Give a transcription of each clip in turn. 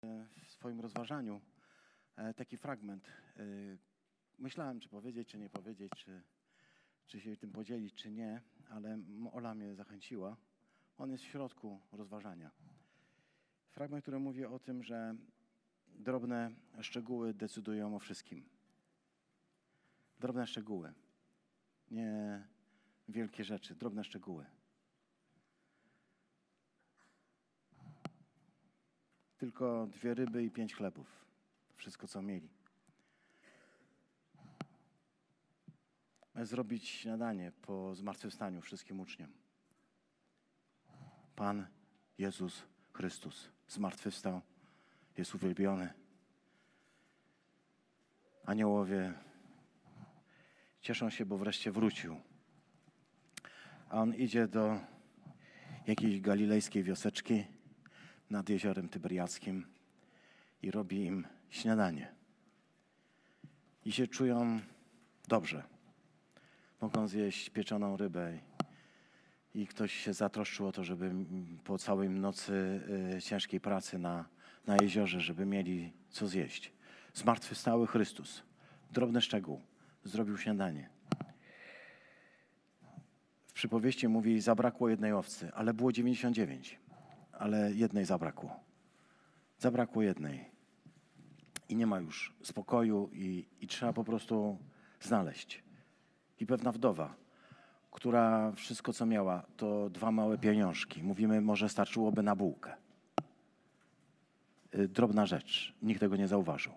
w swoim rozważaniu taki fragment. Myślałem, czy powiedzieć, czy nie powiedzieć, czy się tym podzielić, czy nie, ale Ola mnie zachęciła. On jest w środku rozważania. Fragment, który mówi o tym, że drobne szczegóły decydują o wszystkim. Drobne szczegóły. Nie wielkie rzeczy, drobne szczegóły. Tylko 2 ryby i 5 chlebów. Wszystko, co mieli. Zrobić śniadanie po zmartwychwstaniu wszystkim uczniom. Pan Jezus Chrystus zmartwychwstał, jest uwielbiony. Aniołowie cieszą się, bo wreszcie wrócił. A on idzie do jakiejś galilejskiej wioseczki nad jeziorem Tyberiackim i robi im śniadanie. I się czują dobrze. Mogą zjeść pieczoną rybę i ktoś się zatroszczył o to, żeby po całej nocy ciężkiej pracy na jeziorze, żeby mieli co zjeść. Zmartwychwstały Chrystus. Drobny szczegół. Zrobił śniadanie. W przypowieści mówi, zabrakło 1 owcy, ale było 99. Ale 1 zabrakło. Zabrakło 1. I nie ma już spokoju i trzeba po prostu znaleźć. I pewna wdowa, która wszystko, co miała, to 2 małe pieniążki. Mówimy, może starczyłoby na bułkę. Drobna rzecz. Nikt tego nie zauważył.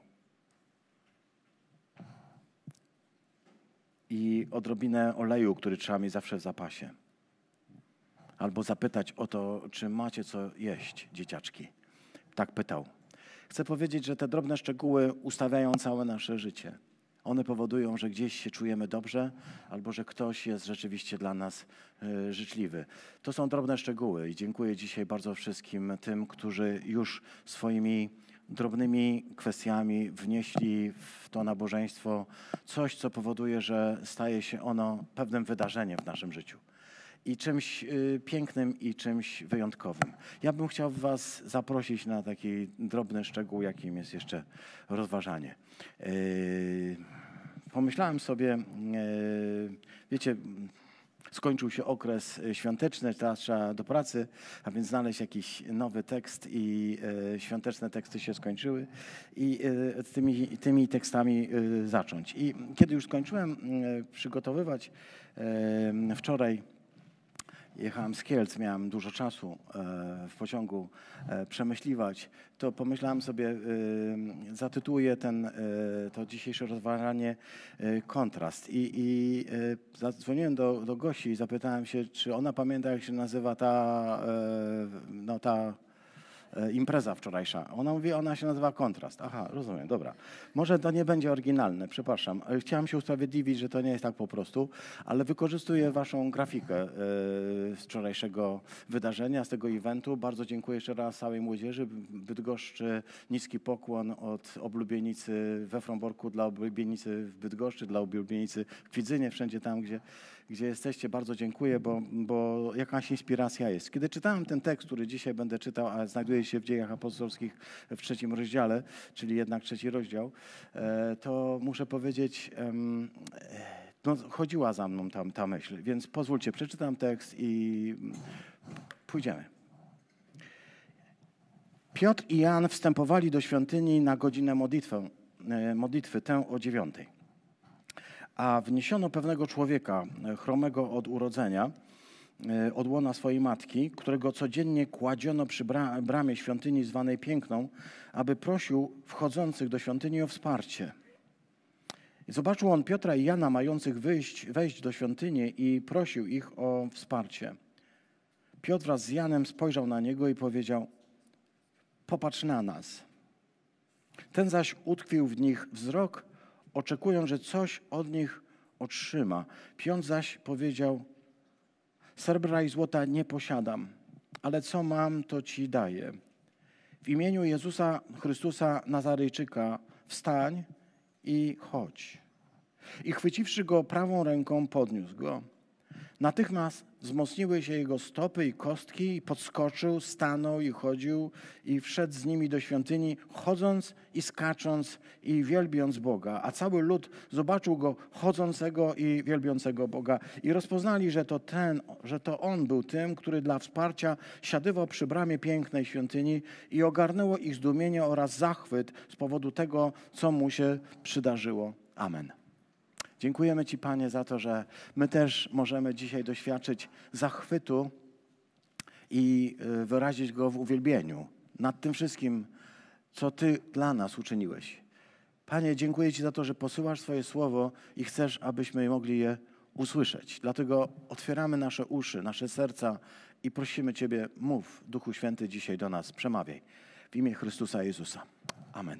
I odrobinę oleju, który trzeba mieć zawsze w zapasie. Albo zapytać o to, czy macie co jeść, dzieciaczki. Tak pytał. Chcę powiedzieć, że te drobne szczegóły ustawiają całe nasze życie. One powodują, że gdzieś się czujemy dobrze, albo że ktoś jest rzeczywiście dla nas życzliwy. To są drobne szczegóły i dziękuję dzisiaj bardzo wszystkim tym, którzy już swoimi drobnymi kwestiami wnieśli w to nabożeństwo coś, co powoduje, że staje się ono pewnym wydarzeniem w naszym życiu. I czymś pięknym i czymś wyjątkowym. Ja bym chciał was zaprosić na taki drobny szczegół, jakim jest jeszcze rozważanie. Pomyślałem sobie, wiecie, skończył się okres świąteczny, teraz trzeba do pracy, a więc znaleźć jakiś nowy tekst i świąteczne teksty się skończyły i tymi tekstami zacząć. I kiedy już skończyłem przygotowywać wczoraj, jechałem z Kielc, miałem dużo czasu w pociągu przemyśliwać, to pomyślałem sobie, zatytułuję to dzisiejsze rozważanie kontrast. I zadzwoniłem do Gosi i zapytałem się, czy ona pamięta, jak się nazywa ta impreza wczorajsza. Ona mówi, ona się nazywa kontrast. Aha, rozumiem, dobra. Może to nie będzie oryginalne, przepraszam. Chciałem się usprawiedliwić, że to nie jest tak po prostu, ale wykorzystuję waszą grafikę z wczorajszego wydarzenia, z tego eventu. Bardzo dziękuję jeszcze raz całej młodzieży. Bydgoszczy, niski pokłon od oblubienicy we Fromborku dla oblubienicy w Bydgoszczy, dla oblubienicy w Kwidzynie, wszędzie tam, gdzie jesteście. Bardzo dziękuję, bo jakaś inspiracja jest. Kiedy czytałem ten tekst, który dzisiaj będę czytał, a znajduje się w Dziejach Apostolskich w 3 rozdziale, czyli jednak 3 rozdział, to muszę powiedzieć, chodziła za mną ta myśl, więc pozwólcie, przeczytam tekst i pójdziemy. Piotr i Jan wstępowali do świątyni na godzinę modlitwy, tę o 9. A wniesiono pewnego człowieka, chromego od urodzenia, od łona swojej matki, którego codziennie kładziono przy bramie świątyni zwanej Piękną, aby prosił wchodzących do świątyni o wsparcie. Zobaczył on Piotra i Jana mających wejść do świątyni i prosił ich o wsparcie. Piotr wraz z Janem spojrzał na niego i powiedział, popatrz na nas. Ten zaś utkwił w nich wzrok, oczekując, że coś od nich otrzyma. Piotr zaś powiedział, srebra i złota nie posiadam, ale co mam, to ci daję. W imieniu Jezusa Chrystusa Nazarejczyka wstań i chodź. I chwyciwszy go prawą ręką, podniósł go. Natychmiast wzmocniły się jego stopy i kostki i podskoczył, stanął i chodził i wszedł z nimi do świątyni, chodząc i skacząc i wielbiąc Boga. A cały lud zobaczył go chodzącego i wielbiącego Boga i rozpoznali, że to on był tym, który dla wsparcia siadywał przy bramie pięknej świątyni i ogarnęło ich zdumienie oraz zachwyt z powodu tego, co mu się przydarzyło. Amen. Dziękujemy Ci, Panie, za to, że my też możemy dzisiaj doświadczyć zachwytu i wyrazić go w uwielbieniu nad tym wszystkim, co Ty dla nas uczyniłeś. Panie, dziękuję Ci za to, że posyłasz swoje słowo i chcesz, abyśmy mogli je usłyszeć. Dlatego otwieramy nasze uszy, nasze serca i prosimy Ciebie, mów, Duchu Święty, dzisiaj do nas, przemawiaj. W imię Chrystusa Jezusa. Amen.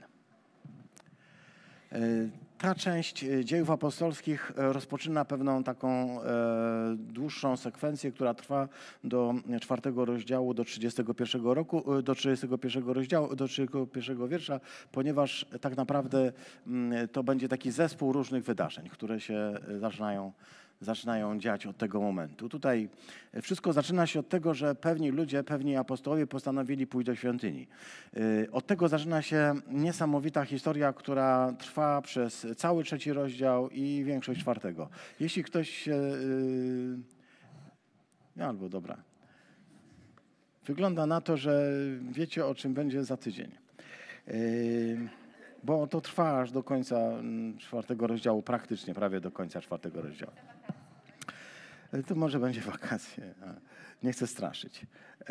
Ta część dziejów apostolskich rozpoczyna pewną taką dłuższą sekwencję, która trwa do 4 rozdziału, do 31 roku, do 31 rozdziału, do 31 wiersza, ponieważ tak naprawdę to będzie taki zespół różnych wydarzeń, które się zaczynają dziać od tego momentu. Tutaj wszystko zaczyna się od tego, że pewni ludzie, pewni apostołowie postanowili pójść do świątyni. Od tego zaczyna się niesamowita historia, która trwa przez cały 3 rozdział i większość 4. Jeśli ktoś się... albo dobra. Wygląda na to, że wiecie, o czym będzie za tydzień. Bo to trwa aż do końca 4 rozdziału, praktycznie prawie do końca 4 rozdziału. To może będzie wakacje, nie chcę straszyć.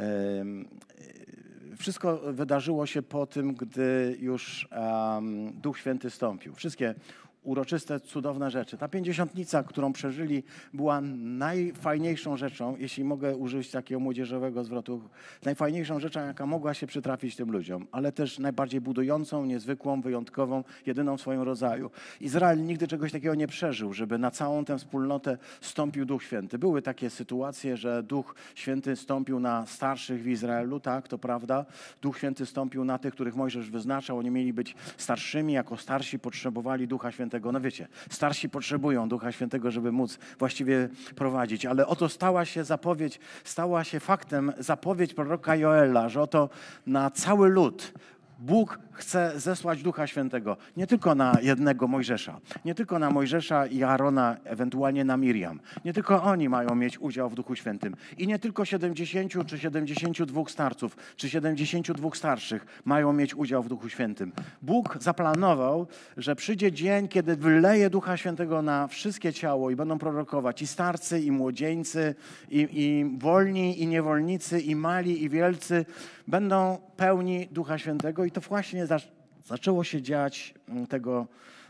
Wszystko wydarzyło się po tym, gdy już Duch Święty stąpił. Wszystkie uroczyste, cudowne rzeczy. Ta pięćdziesiątnica, którą przeżyli, była najfajniejszą rzeczą, jeśli mogę użyć takiego młodzieżowego zwrotu, najfajniejszą rzeczą, jaka mogła się przytrafić tym ludziom, ale też najbardziej budującą, niezwykłą, wyjątkową, jedyną w swoim rodzaju. Izrael nigdy czegoś takiego nie przeżył, żeby na całą tę wspólnotę stąpił Duch Święty. Były takie sytuacje, że Duch Święty stąpił na starszych w Izraelu, tak, to prawda. Duch Święty stąpił na tych, których Mojżesz wyznaczał. Oni mieli być starszymi, jako starsi potrzebowali Ducha Świętego. No wiecie, starsi potrzebują Ducha Świętego, żeby móc właściwie prowadzić, ale oto stała się faktem zapowiedź proroka Joela, że oto na cały lud Bóg chce zesłać Ducha Świętego. Nie tylko na jednego Mojżesza, nie tylko na Mojżesza i Aarona, ewentualnie na Miriam. Nie tylko oni mają mieć udział w Duchu Świętym. I nie tylko 70 czy 72 starców, czy 72 starszych mają mieć udział w Duchu Świętym. Bóg zaplanował, że przyjdzie dzień, kiedy wyleje Ducha Świętego na wszystkie ciało i będą prorokować i starcy, i młodzieńcy, i wolni, i niewolnicy, i mali, i wielcy będą pełni Ducha Świętego i to właśnie zaczęło się dziać tego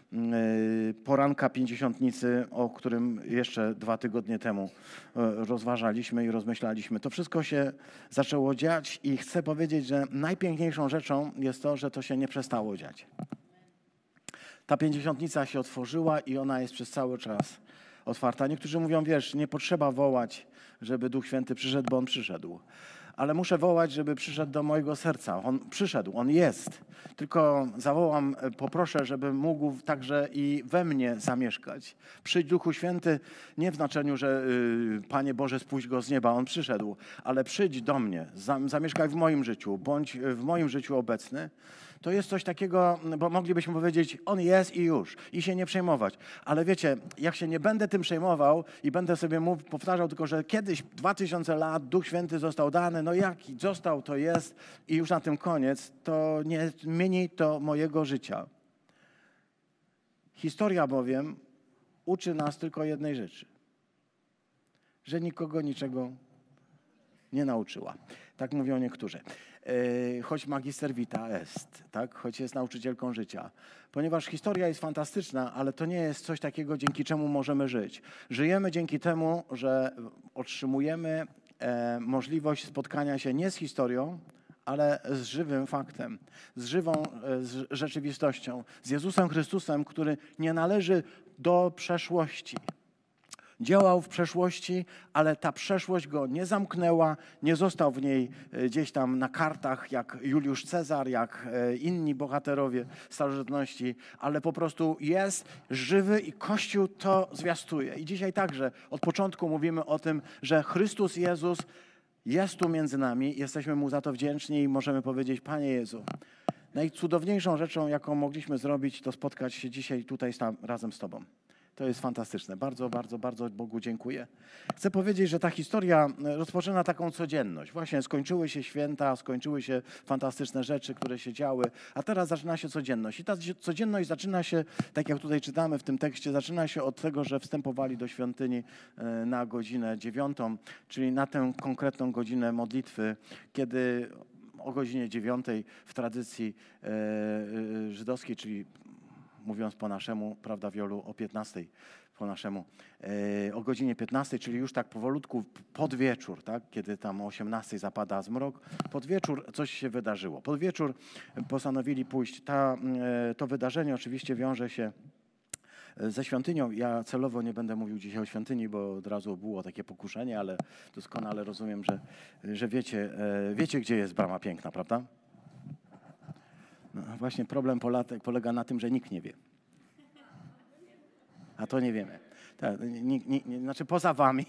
poranka pięćdziesiątnicy, o którym jeszcze 2 tygodnie temu rozważaliśmy i rozmyślaliśmy. To wszystko się zaczęło dziać i chcę powiedzieć, że najpiękniejszą rzeczą jest to, że to się nie przestało dziać. Ta pięćdziesiątnica się otworzyła i ona jest przez cały czas otwarta. Niektórzy mówią, wiesz, nie potrzeba wołać, żeby Duch Święty przyszedł, bo On przyszedł. Ale muszę wołać, żeby przyszedł do mojego serca. On przyszedł, On jest. Tylko zawołam, poproszę, żeby mógł także i we mnie zamieszkać. Przyjdź Duchu Święty nie w znaczeniu, że Panie Boże, spuść Go z nieba, On przyszedł, ale przyjdź do mnie, zamieszkaj w moim życiu, bądź w moim życiu obecny. To jest coś takiego, bo moglibyśmy powiedzieć, On jest i już, i się nie przejmować. Ale wiecie, jak się nie będę tym przejmował i będę sobie powtarzał tylko, że kiedyś 2000 lat Duch Święty został dany, no jaki został, to jest i już na tym koniec, to nie zmieni to mojego życia. Historia bowiem uczy nas tylko jednej rzeczy, że nikogo niczego nie nauczyła. Tak mówią niektórzy. Choć magister vita est, tak? Choć jest nauczycielką życia. Ponieważ historia jest fantastyczna, ale to nie jest coś takiego, dzięki czemu możemy żyć. Żyjemy dzięki temu, że otrzymujemy możliwość spotkania się nie z historią, ale z żywym faktem, z żywą rzeczywistością, z Jezusem Chrystusem, który nie należy do przeszłości. Działał w przeszłości, ale ta przeszłość go nie zamknęła, nie został w niej gdzieś tam na kartach jak Juliusz Cezar, jak inni bohaterowie starożytności, ale po prostu jest żywy i Kościół to zwiastuje. I dzisiaj także od początku mówimy o tym, że Chrystus Jezus jest tu między nami, jesteśmy Mu za to wdzięczni i możemy powiedzieć: Panie Jezu, najcudowniejszą rzeczą, jaką mogliśmy zrobić, to spotkać się dzisiaj tutaj razem z Tobą. To jest fantastyczne. Bardzo, bardzo, bardzo Bogu dziękuję. Chcę powiedzieć, że ta historia rozpoczyna taką codzienność. Właśnie skończyły się święta, skończyły się fantastyczne rzeczy, które się działy, a teraz zaczyna się codzienność. I ta codzienność zaczyna się, tak jak tutaj czytamy w tym tekście, zaczyna się od tego, że wstępowali do świątyni na godzinę 9, czyli na tę konkretną godzinę modlitwy, kiedy o godzinie 9 w tradycji żydowskiej, czyli mówiąc po naszemu, prawda, Wiolu, o 15 po naszemu, o godzinie 15, czyli już tak powolutku pod wieczór, tak, kiedy tam o 18 zapada zmrok, pod wieczór coś się wydarzyło. Pod wieczór postanowili pójść. To wydarzenie oczywiście wiąże się ze świątynią. Ja celowo nie będę mówił dzisiaj o świątyni, bo od razu było takie pokuszenie, ale doskonale rozumiem, że wiecie, gdzie jest Brama Piękna, prawda? No, właśnie problem polega na tym, że nikt nie wie. A to nie wiemy. Tak, znaczy poza wami.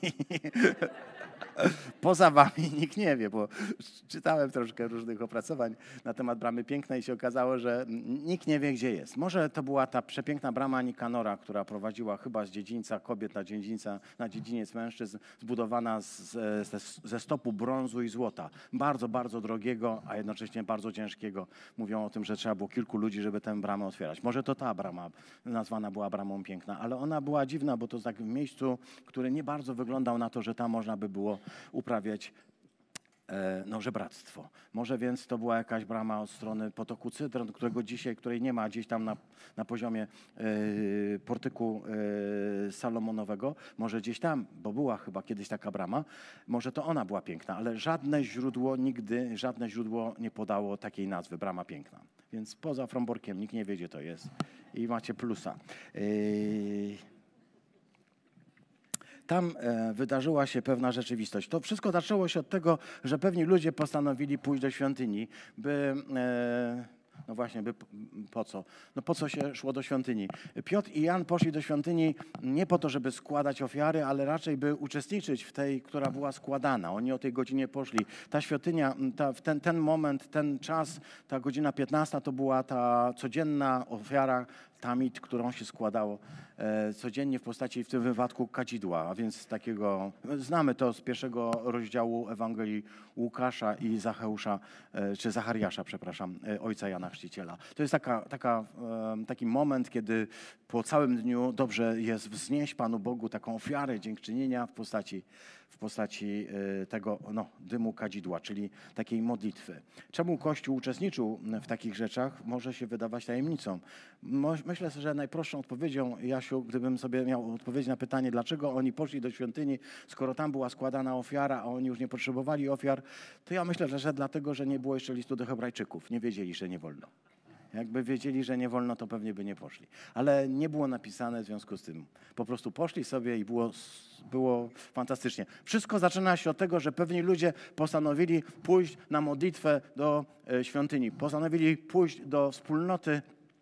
Poza wami nikt nie wie, bo czytałem troszkę różnych opracowań na temat Bramy Pięknej i się okazało, że nikt nie wie, gdzie jest. Może to była ta przepiękna brama Nikanora, która prowadziła chyba z dziedzińca kobiet na dziedziniec mężczyzn, zbudowana ze stopu brązu i złota. Bardzo, bardzo drogiego, a jednocześnie bardzo ciężkiego. Mówią o tym, że trzeba było kilku ludzi, żeby tę bramę otwierać. Może to ta brama nazwana była Bramą Piękna, ale ona była dziwna, bo to tak w miejscu, które nie bardzo wyglądał na to, że tam można by było uprawiać żebractwo. Może więc to była jakaś brama od strony potoku Cydron, której nie ma gdzieś tam na poziomie portyku Salomonowego. Może gdzieś tam, bo była chyba kiedyś taka brama, może to ona była piękna, ale żadne źródło nie podało takiej nazwy, Brama Piękna. Więc poza Fromborkiem nikt nie wie, gdzie to jest i macie plusa. Tam wydarzyła się pewna rzeczywistość. To wszystko zaczęło się od tego, że pewni ludzie postanowili pójść do świątyni, po co? No po co się szło do świątyni? Piotr i Jan poszli do świątyni nie po to, żeby składać ofiary, ale raczej by uczestniczyć w tej, która była składana. Oni o tej godzinie poszli. Ta świątynia, ten moment, ten czas, ta godzina 15 to była ta codzienna ofiara, tamit, którą się składało codziennie w postaci, w tym wypadku, kadzidła, a więc takiego, znamy to z pierwszego rozdziału Ewangelii Łukasza i Zachariasza, ojca Jana Chrzciciela. To jest taki moment, kiedy po całym dniu dobrze jest wznieść Panu Bogu taką ofiarę dziękczynienia w postaci tego dymu kadzidła, czyli takiej modlitwy. Czemu Kościół uczestniczył w takich rzeczach, może się wydawać tajemnicą. Myślę, że najprostszą odpowiedzią, Jasiu, gdybym sobie miał odpowiedzieć na pytanie, dlaczego oni poszli do świątyni, skoro tam była składana ofiara, a oni już nie potrzebowali ofiar, to ja myślę, że dlatego, że nie było jeszcze listu do Hebrajczyków. Nie wiedzieli, że nie wolno. Jakby wiedzieli, że nie wolno, to pewnie by nie poszli. Ale nie było napisane w związku z tym. Po prostu poszli sobie i było fantastycznie. Wszystko zaczyna się od tego, że pewni ludzie postanowili pójść na modlitwę do świątyni. Postanowili pójść do wspólnoty,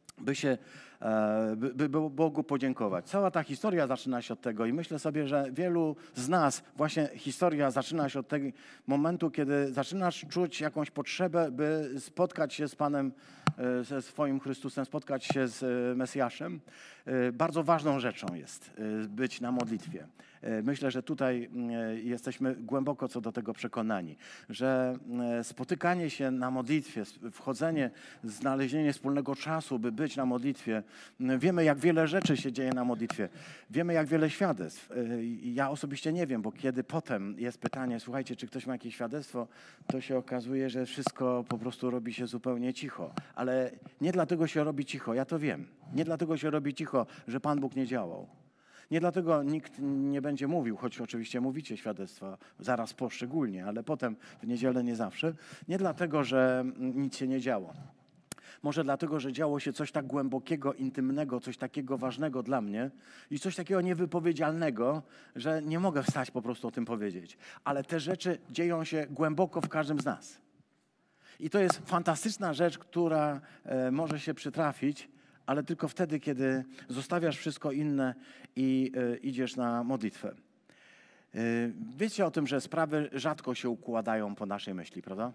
by Bogu podziękować. Cała ta historia zaczyna się od tego i myślę sobie, że wielu z nas właśnie historia zaczyna się od tego momentu, kiedy zaczynasz czuć jakąś potrzebę, by spotkać się z Panem, ze swoim Chrystusem, spotkać się z Mesjaszem. Bardzo ważną rzeczą jest być na modlitwie. Myślę, że tutaj jesteśmy głęboko co do tego przekonani, że spotykanie się na modlitwie, wchodzenie, znalezienie wspólnego czasu, by być na modlitwie. Wiemy, jak wiele rzeczy się dzieje na modlitwie. Wiemy, jak wiele świadectw. Ja osobiście nie wiem, bo kiedy potem jest pytanie, słuchajcie, czy ktoś ma jakieś świadectwo, to się okazuje, że wszystko po prostu robi się zupełnie cicho. Ale nie dlatego się robi cicho, ja to wiem. Nie dlatego się robi cicho, że Pan Bóg nie działał. Nie dlatego nikt nie będzie mówił, choć oczywiście mówicie świadectwa, zaraz poszczególnie, ale potem w niedzielę nie zawsze. Nie dlatego, że nic się nie działo. Może dlatego, że działo się coś tak głębokiego, intymnego, coś takiego ważnego dla mnie i coś takiego niewypowiedzialnego, że nie mogę wstać po prostu o tym powiedzieć. Ale te rzeczy dzieją się głęboko w każdym z nas. I to jest fantastyczna rzecz, która może się przytrafić, ale tylko wtedy, kiedy zostawiasz wszystko inne i idziesz na modlitwę. Wiecie o tym, że sprawy rzadko się układają po naszej myśli, prawda?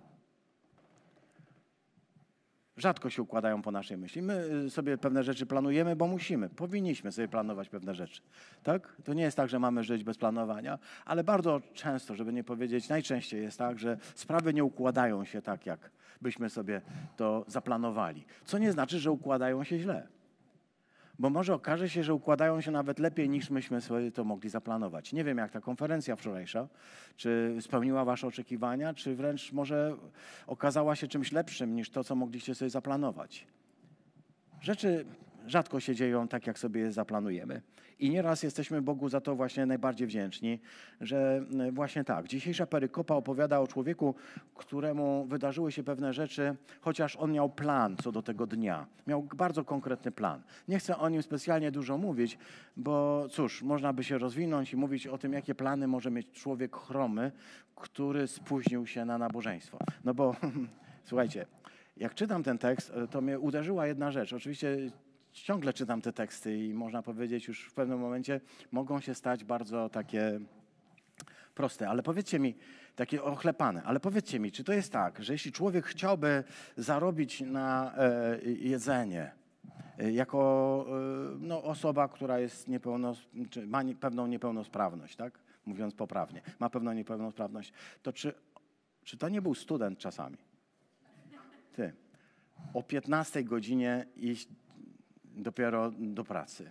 Rzadko się układają po naszej myśli. My sobie pewne rzeczy planujemy, bo musimy. Powinniśmy sobie planować pewne rzeczy. Tak? To nie jest tak, że mamy żyć bez planowania, ale bardzo często, żeby nie powiedzieć, najczęściej jest tak, że sprawy nie układają się tak, jak byśmy sobie to zaplanowali. Co nie znaczy, że układają się źle. Bo może okaże się, że układają się nawet lepiej, niż myśmy sobie to mogli zaplanować. Nie wiem, jak ta konferencja wczorajsza, czy spełniła wasze oczekiwania, czy wręcz może okazała się czymś lepszym, niż to, co mogliście sobie zaplanować. Rzeczy rzadko się dzieją tak, jak sobie je zaplanujemy. I nieraz jesteśmy Bogu za to właśnie najbardziej wdzięczni, że właśnie tak. Dzisiejsza perykopa opowiada o człowieku, któremu wydarzyły się pewne rzeczy, chociaż on miał plan co do tego dnia. Miał bardzo konkretny plan. Nie chcę o nim specjalnie dużo mówić, bo cóż, można by się rozwinąć i mówić o tym, jakie plany może mieć człowiek chromy, który spóźnił się na nabożeństwo. No bo, słuchajcie, jak czytam ten tekst, to mnie uderzyła jedna rzecz. Oczywiście ciągle czytam te teksty i można powiedzieć już w pewnym momencie mogą się stać bardzo takie proste. Ale powiedzcie mi, takie ochlepane, ale powiedzcie mi, czy to jest tak, że jeśli człowiek chciałby zarobić na jedzenie, jako osoba, która jest czy ma pewną niepełnosprawność, tak? Mówiąc poprawnie, ma pewną niepełnosprawność, to czy to nie był student czasami? Ty, o 15 godzinie iść dopiero do pracy.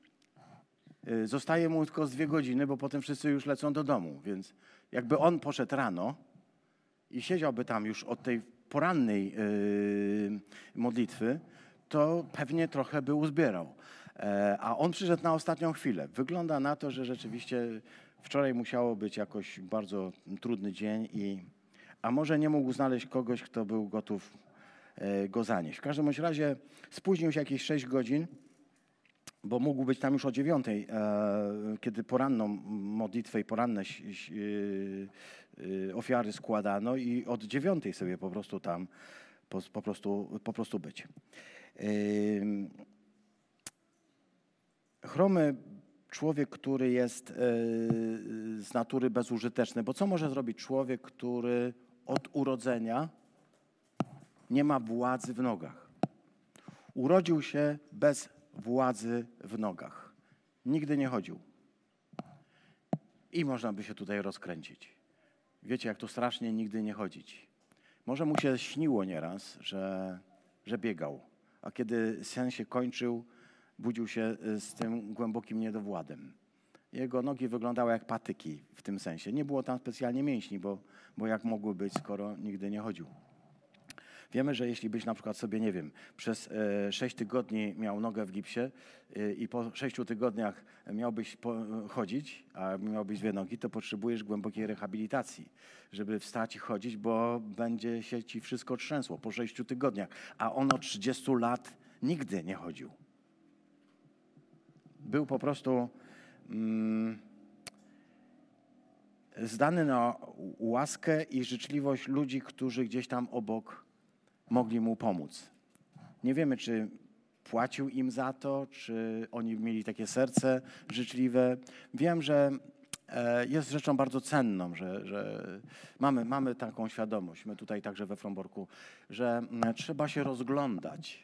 Zostaje mu tylko z 2 godziny, bo potem wszyscy już lecą do domu, więc jakby on poszedł rano i siedziałby tam już od tej porannej modlitwy, to pewnie trochę by uzbierał. A on przyszedł na ostatnią chwilę. Wygląda na to, że rzeczywiście wczoraj musiało być jakoś bardzo trudny dzień a może nie mógł znaleźć kogoś, kto był gotów go zanieść. W każdym razie spóźnił się jakieś 6 godzin, bo mógł być tam już o 9, kiedy poranną modlitwę i poranne ofiary składano i od 9 sobie po prostu tam po prostu być. Chromy człowiek, który jest z natury bezużyteczny, bo co może zrobić człowiek, który od urodzenia nie ma władzy w nogach? Urodził się bez władzy w nogach. Nigdy nie chodził. I można by się tutaj rozkręcić. Wiecie, jak to strasznie nigdy nie chodzić. Może mu się śniło nieraz, że biegał, a kiedy sen się kończył, budził się z tym głębokim niedowładem. Jego nogi wyglądały jak patyki w tym sensie. Nie było tam specjalnie mięśni, bo jak mogły być, skoro nigdy nie chodził. Wiemy, że jeśli byś na przykład sobie, nie wiem, przez 6 tygodni miał nogę w gipsie i po 6 tygodniach miałbyś chodzić, a miałbyś 2 nogi, to potrzebujesz głębokiej rehabilitacji, żeby wstać i chodzić, bo będzie się ci wszystko trzęsło po 6 tygodniach. A on od 30 lat nigdy nie chodził. Był po prostu zdany na łaskę i życzliwość ludzi, którzy gdzieś tam obok mogli mu pomóc. Nie wiemy, czy płacił im za to, czy oni mieli takie serce życzliwe. Wiem, że jest rzeczą bardzo cenną, że mamy taką świadomość, my tutaj także we Fromborku, że trzeba się rozglądać,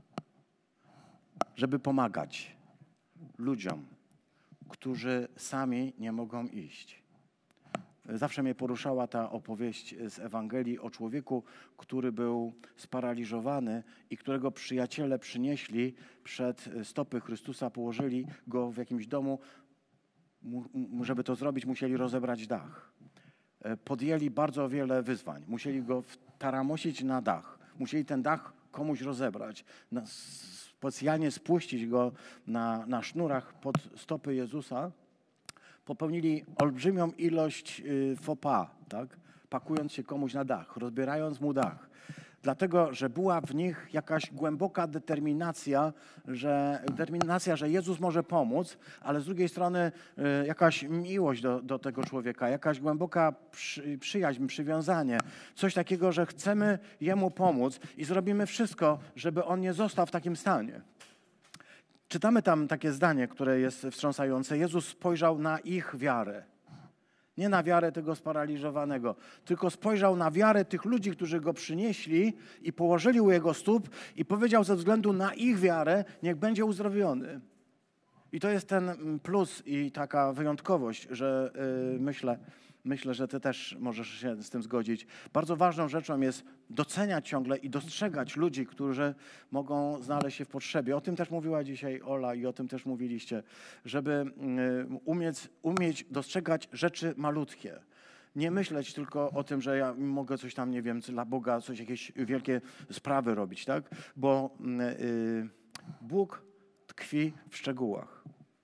żeby pomagać ludziom, którzy sami nie mogą iść. Zawsze mnie poruszała ta opowieść z Ewangelii o człowieku, który był sparaliżowany i którego przyjaciele przynieśli przed stopy Chrystusa, położyli go w jakimś domu. Żeby to zrobić, musieli rozebrać dach. Podjęli bardzo wiele wyzwań. Musieli go wtaramosić na dach. Musieli ten dach komuś rozebrać. Specjalnie spuścić go na sznurach pod stopy Jezusa. Popełnili olbrzymią ilość faux pas, tak? Pakując się komuś na dach, rozbierając mu dach. Dlatego, że była w nich jakaś głęboka determinacja, że Jezus może pomóc, ale z drugiej strony jakaś miłość do tego człowieka, jakaś głęboka przyjaźń, przywiązanie. Coś takiego, że chcemy Jemu pomóc i zrobimy wszystko, żeby On nie został w takim stanie. Czytamy tam takie zdanie, które jest wstrząsające. Jezus spojrzał na ich wiarę. Nie na wiarę tego sparaliżowanego, tylko spojrzał na wiarę tych ludzi, którzy go przynieśli i położyli u jego stóp i powiedział ze względu na ich wiarę, niech będzie uzdrowiony. I to jest ten plus i taka wyjątkowość, że myślę, że ty też możesz się z tym zgodzić. Bardzo ważną rzeczą jest doceniać ciągle i dostrzegać ludzi, którzy mogą znaleźć się w potrzebie. O tym też mówiła dzisiaj Ola i o tym też mówiliście, żeby umieć dostrzegać rzeczy malutkie. Nie myśleć tylko o tym, że ja mogę coś tam, nie wiem, dla Boga coś, jakieś wielkie sprawy robić, tak? Bo Bóg tkwi w szczegółach.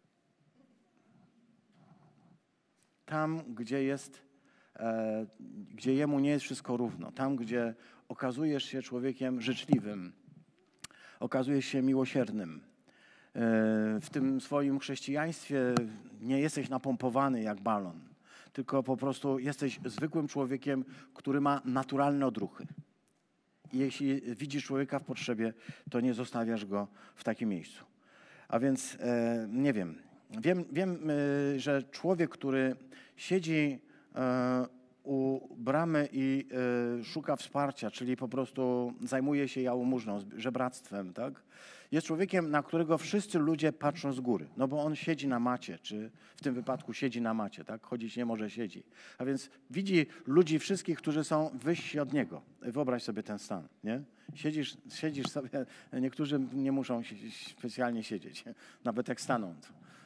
Tam, gdzie Jemu nie jest wszystko równo. Tam, gdzie okazujesz się człowiekiem życzliwym. Okazujesz się miłosiernym. W tym swoim chrześcijaństwie nie jesteś napompowany jak balon. Tylko po prostu jesteś zwykłym człowiekiem, który ma naturalne odruchy. I jeśli widzisz człowieka w potrzebie, to nie zostawiasz go w takim miejscu. A więc nie wiem. Wiem, że człowiek, który siedzi u bramy i szuka wsparcia, czyli po prostu zajmuje się jałmużną, żebractwem, tak? Jest człowiekiem, na którego wszyscy ludzie patrzą z góry, no bo on siedzi na macie, czy w tym wypadku siedzi na macie, tak? Chodzić nie może, siedzi. A więc widzi ludzi wszystkich, którzy są wyżsi od niego. Wyobraź sobie ten stan, nie? Siedzisz sobie, niektórzy nie muszą specjalnie siedzieć, nawet jak staną,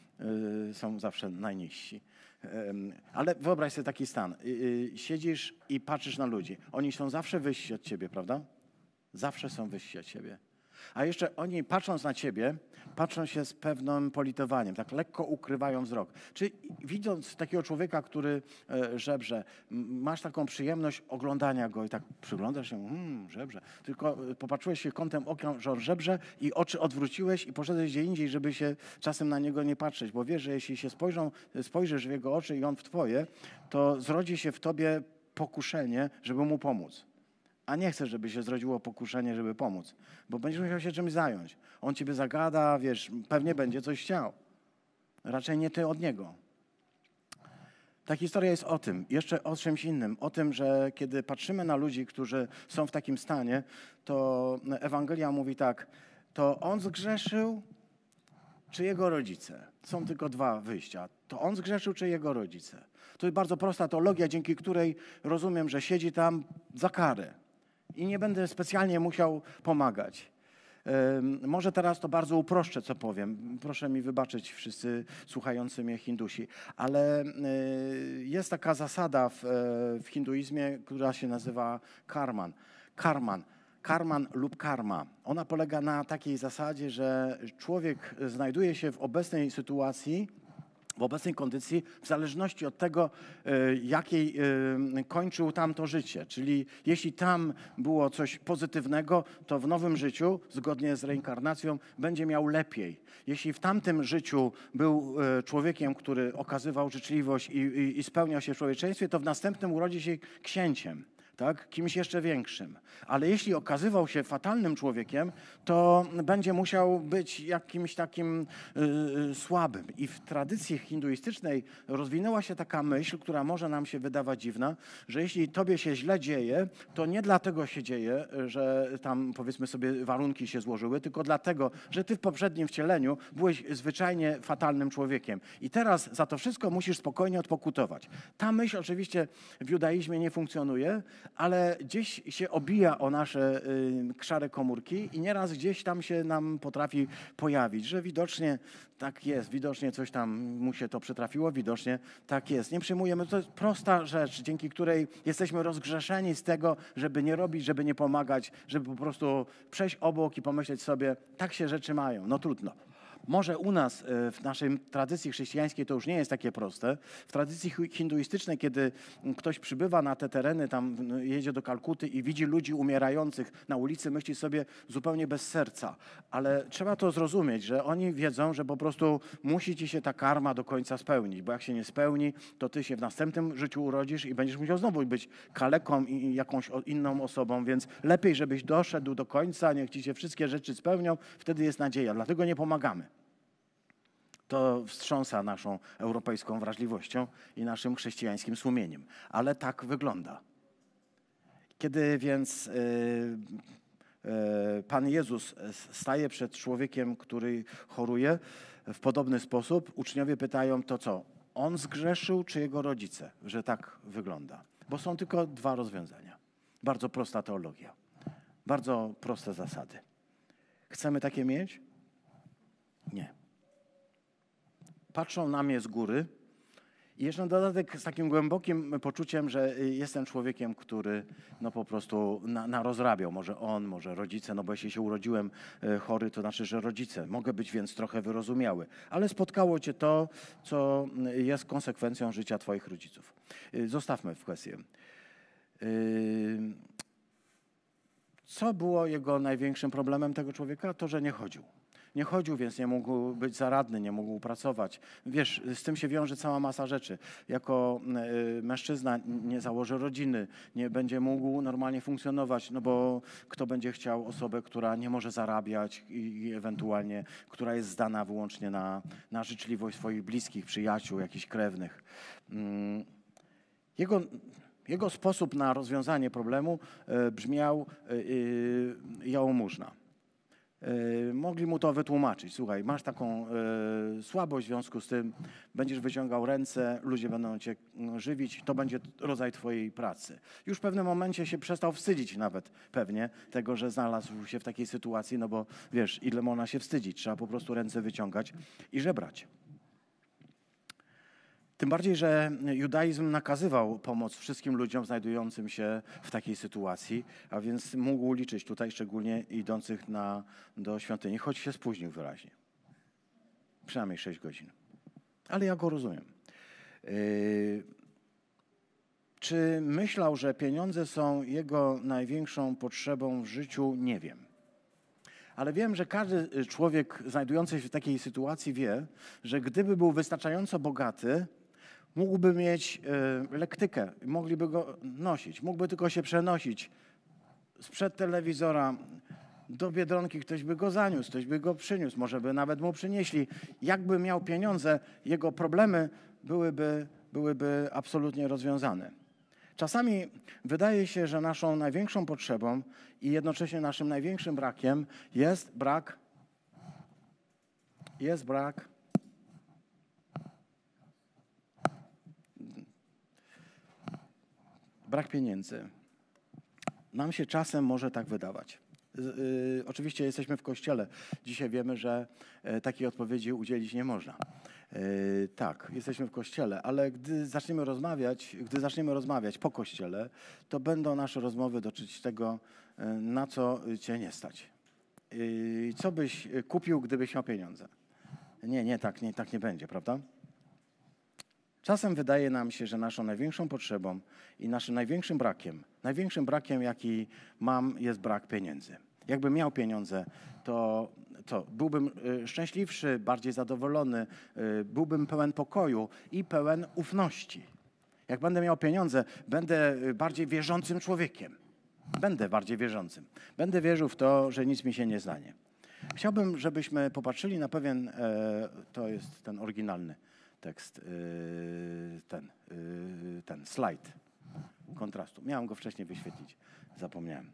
są zawsze najniżsi. Ale wyobraź sobie taki stan. Siedzisz i patrzysz na ludzi. Oni są zawsze wyżsi od ciebie, prawda? Zawsze są wyżsi od ciebie. A jeszcze oni, patrząc na ciebie, patrzą się z pewnym politowaniem, tak lekko ukrywają wzrok. Czy widząc takiego człowieka, który żebrze, masz taką przyjemność oglądania go i tak przyglądasz się, żebrze. Tylko popatrzyłeś się kątem oka, że on żebrze i oczy odwróciłeś i poszedłeś gdzie indziej, żeby się czasem na niego nie patrzeć, bo wiesz, że jeśli się spojrzysz w jego oczy i on w twoje, to zrodzi się w tobie pokuszenie, żeby mu pomóc. A nie chcesz, żeby się zrodziło pokuszenie, żeby pomóc, bo będziesz musiał się czymś zająć. On ciebie zagada, wiesz, pewnie będzie coś chciał. Raczej nie ty od niego. Ta historia jest o tym, jeszcze o czymś innym. O tym, że kiedy patrzymy na ludzi, którzy są w takim stanie, to Ewangelia mówi tak, to on zgrzeszył, czy jego rodzice? Są tylko dwa wyjścia. To on zgrzeszył, czy jego rodzice? To jest bardzo prosta teologia, dzięki której rozumiem, że siedzi tam za karę. I nie będę specjalnie musiał pomagać. Może teraz to bardzo uproszczę, co powiem. Proszę mi wybaczyć wszyscy słuchający mnie Hindusi. Ale jest taka zasada w hinduizmie, która się nazywa karman. Karman lub karma. Ona polega na takiej zasadzie, że człowiek znajduje się w obecnej sytuacji, w obecnej kondycji, w zależności od tego, jakiej kończył tamto życie. Czyli jeśli tam było coś pozytywnego, to w nowym życiu, zgodnie z reinkarnacją, będzie miał lepiej. Jeśli w tamtym życiu był człowiekiem, który okazywał życzliwość i spełniał się w człowieczeństwie, to w następnym urodzi się księciem. Tak? Kimś jeszcze większym. Ale jeśli okazywał się fatalnym człowiekiem, to będzie musiał być jakimś takim słabym. I w tradycji hinduistycznej rozwinęła się taka myśl, która może nam się wydawać dziwna, że jeśli tobie się źle dzieje, to nie dlatego się dzieje, że tam powiedzmy sobie warunki się złożyły, tylko dlatego, że ty w poprzednim wcieleniu byłeś zwyczajnie fatalnym człowiekiem. I teraz za to wszystko musisz spokojnie odpokutować. Ta myśl oczywiście w judaizmie nie funkcjonuje, ale gdzieś się obija o nasze szare komórki i nieraz gdzieś tam się nam potrafi pojawić, że widocznie tak jest, widocznie coś tam mu się to przytrafiło, widocznie tak jest. Nie przyjmujemy, to jest prosta rzecz, dzięki której jesteśmy rozgrzeszeni z tego, żeby nie robić, żeby nie pomagać, żeby po prostu przejść obok i pomyśleć sobie, tak się rzeczy mają, no trudno. Może u nas, w naszej tradycji chrześcijańskiej to już nie jest takie proste. W tradycji hinduistycznej, kiedy ktoś przybywa na te tereny, tam jedzie do Kalkuty i widzi ludzi umierających na ulicy, myśli sobie zupełnie bez serca. Ale trzeba to zrozumieć, że oni wiedzą, że po prostu musi ci się ta karma do końca spełnić, bo jak się nie spełni, to ty się w następnym życiu urodzisz i będziesz musiał znowu być kaleką i jakąś inną osobą, więc lepiej, żebyś doszedł do końca, niech ci się wszystkie rzeczy spełnią, wtedy jest nadzieja. Dlatego nie pomagamy. To wstrząsa naszą europejską wrażliwością i naszym chrześcijańskim sumieniem. Ale tak wygląda. Kiedy więc Pan Jezus staje przed człowiekiem, który choruje w podobny sposób, uczniowie pytają, to co? On zgrzeszył, czy jego rodzice? Że tak wygląda. Bo są tylko dwa rozwiązania. Bardzo prosta teologia. Bardzo proste zasady. Chcemy takie mieć? Nie. Patrzą na mnie z góry i jeszcze na dodatek z takim głębokim poczuciem, że jestem człowiekiem, który no po prostu narozrabiał. Może on, może rodzice, no bo jeśli się urodziłem chory, to znaczy, że rodzice. Mogę być więc trochę wyrozumiały. Ale spotkało cię to, co jest konsekwencją życia twoich rodziców. Zostawmy w kwestię. Co było jego największym problemem tego człowieka? To, że nie chodził. Nie chodził, więc nie mógł być zaradny, nie mógł pracować. Wiesz, z tym się wiąże cała masa rzeczy. Jako mężczyzna nie założy rodziny, nie będzie mógł normalnie funkcjonować, no bo kto będzie chciał osobę, która nie może zarabiać i ewentualnie, która jest zdana wyłącznie na życzliwość swoich bliskich, przyjaciół, jakichś krewnych. Jego sposób na rozwiązanie problemu brzmiał jałmużna. Mogli mu to wytłumaczyć. Słuchaj, masz taką słabość, w związku z tym będziesz wyciągał ręce, ludzie będą cię żywić, to będzie rodzaj twojej pracy. Już w pewnym momencie się przestał wstydzić nawet pewnie tego, że znalazł się w takiej sytuacji, no bo wiesz, ile można się wstydzić, trzeba po prostu ręce wyciągać i żebrać. Tym bardziej, że judaizm nakazywał pomoc wszystkim ludziom znajdującym się w takiej sytuacji, a więc mógł liczyć tutaj szczególnie idących do świątyni, choć się spóźnił wyraźnie. Przynajmniej 6 godzin. Ale ja go rozumiem. Czy myślał, że pieniądze są jego największą potrzebą w życiu? Nie wiem. Ale wiem, że każdy człowiek znajdujący się w takiej sytuacji wie, że gdyby był wystarczająco bogaty, mógłby mieć lektykę, mogliby go nosić, mógłby tylko się przenosić sprzed telewizora do Biedronki, ktoś by go zaniósł, ktoś by go przyniósł, może by nawet mu przynieśli. Jakby miał pieniądze, jego problemy byłyby absolutnie rozwiązane. Czasami wydaje się, że naszą największą potrzebą i jednocześnie naszym największym brakiem jest brak pieniędzy. Nam się czasem może tak wydawać. Oczywiście jesteśmy w kościele. Dzisiaj wiemy, że takiej odpowiedzi udzielić nie można. Tak, jesteśmy w kościele, ale gdy zaczniemy rozmawiać po kościele, to będą nasze rozmowy dotyczyć tego, na co cię nie stać. Co byś kupił, gdybyś miał pieniądze? Tak nie będzie, prawda? Czasem wydaje nam się, że naszą największą potrzebą i naszym największym brakiem, jaki mam, jest brak pieniędzy. Jakbym miał pieniądze, to byłbym szczęśliwszy, bardziej zadowolony, byłbym pełen pokoju i pełen ufności. Jak będę miał pieniądze, będę bardziej wierzącym człowiekiem. Będę wierzył w to, że nic mi się nie stanie. Chciałbym, żebyśmy popatrzyli na pewien, to jest ten oryginalny tekst, ten slajd kontrastu. Miałem go wcześniej wyświetlić, zapomniałem.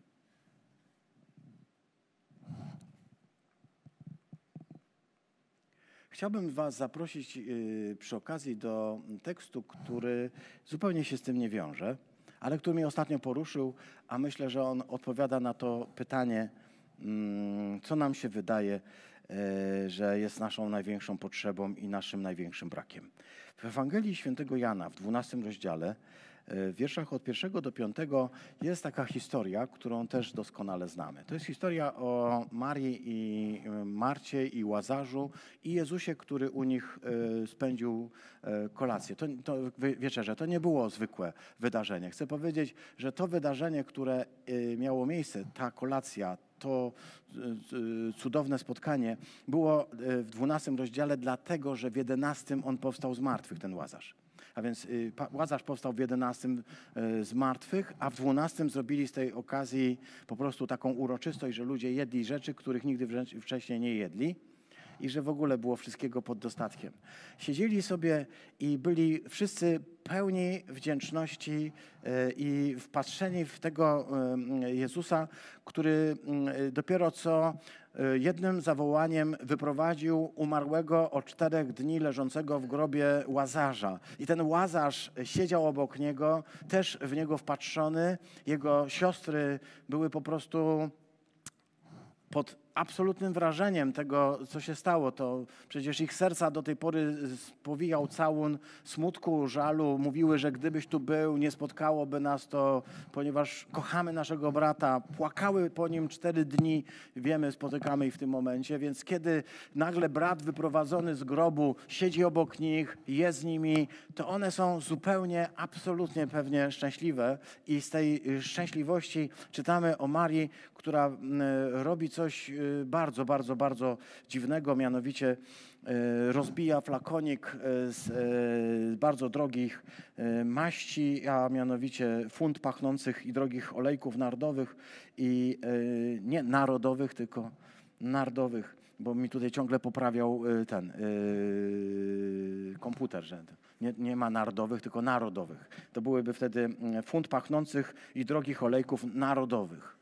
Chciałbym was zaprosić przy okazji do tekstu, który zupełnie się z tym nie wiąże, ale który mnie ostatnio poruszył, a myślę, że on odpowiada na to pytanie, co nam się wydaje, że jest naszą największą potrzebą i naszym największym brakiem. W Ewangelii Świętego Jana w 12 rozdziale W wierszach od 1 do 5 jest taka historia, którą też doskonale znamy. To jest historia o Marii i Marcie i Łazarzu i Jezusie, który u nich spędził kolację. Wieczerze. To nie było zwykłe wydarzenie. Chcę powiedzieć, że to wydarzenie, które miało miejsce, ta kolacja, to cudowne spotkanie było w 12 rozdziale, dlatego że w 11 on powstał z martwych, ten Łazarz. A więc Łazarz powstał w 11 z martwych, a w 12 zrobili z tej okazji po prostu taką uroczystość, że ludzie jedli rzeczy, których nigdy wcześniej nie jedli i że w ogóle było wszystkiego pod dostatkiem. Siedzieli sobie i byli wszyscy pełni wdzięczności i wpatrzeni w tego Jezusa, który dopiero co jednym zawołaniem wyprowadził umarłego od 4 dni leżącego w grobie Łazarza. I ten Łazarz siedział obok niego, też w niego wpatrzony. Jego siostry były po prostu pod absolutnym wrażeniem tego, co się stało. To przecież ich serca do tej pory spowijał całun smutku, żalu. Mówiły, że gdybyś tu był, nie spotkałoby nas to, ponieważ kochamy naszego brata. Płakały po nim 4 dni, wiemy, spotykamy ich w tym momencie. Więc kiedy nagle brat wyprowadzony z grobu siedzi obok nich, jest z nimi, to one są zupełnie, absolutnie pewnie szczęśliwe. I z tej szczęśliwości czytamy o Marii, która robi coś bardzo, bardzo, bardzo dziwnego, mianowicie rozbija flakonik z bardzo drogich maści, a mianowicie funt pachnących i drogich olejków nardowych i nie narodowych, tylko nardowych, bo mi tutaj ciągle poprawiał ten komputer, że nie ma nardowych, tylko narodowych. To byłyby wtedy funt pachnących i drogich olejków narodowych.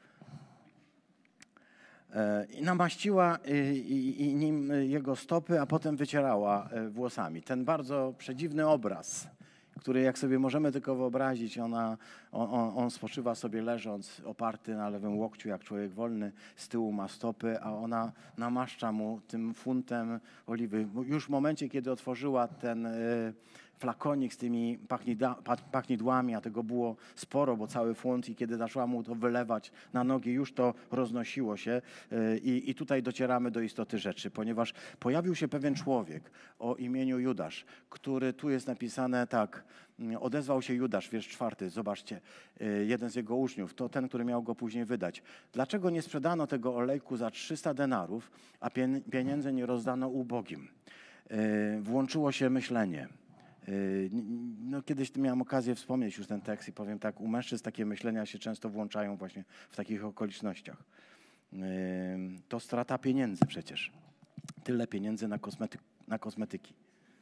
I namaściła nim jego stopy, a potem wycierała włosami. Ten bardzo przedziwny obraz, który jak sobie możemy tylko wyobrazić, on spoczywa sobie leżąc, oparty na lewym łokciu, jak człowiek wolny, z tyłu ma stopy, a ona namaszcza mu tym funtem oliwy. Już w momencie, kiedy otworzyła ten flakonik z tymi pachnidłami, a tego było sporo, bo cały funt, i kiedy zaczęła mu to wylewać na nogi, już to roznosiło się. I tutaj docieramy do istoty rzeczy, ponieważ pojawił się pewien człowiek o imieniu Judasz, który tu jest napisane tak, odezwał się Judasz, wiersz 4, zobaczcie, jeden z jego uczniów, to ten, który miał go później wydać. Dlaczego nie sprzedano tego olejku za 300 denarów, a pieniędzy nie rozdano ubogim? Włączyło się myślenie. No, kiedyś miałem okazję wspomnieć już ten tekst i powiem tak, u mężczyzn takie myślenia się często włączają właśnie w takich okolicznościach. To strata pieniędzy przecież. Tyle pieniędzy na kosmetyki.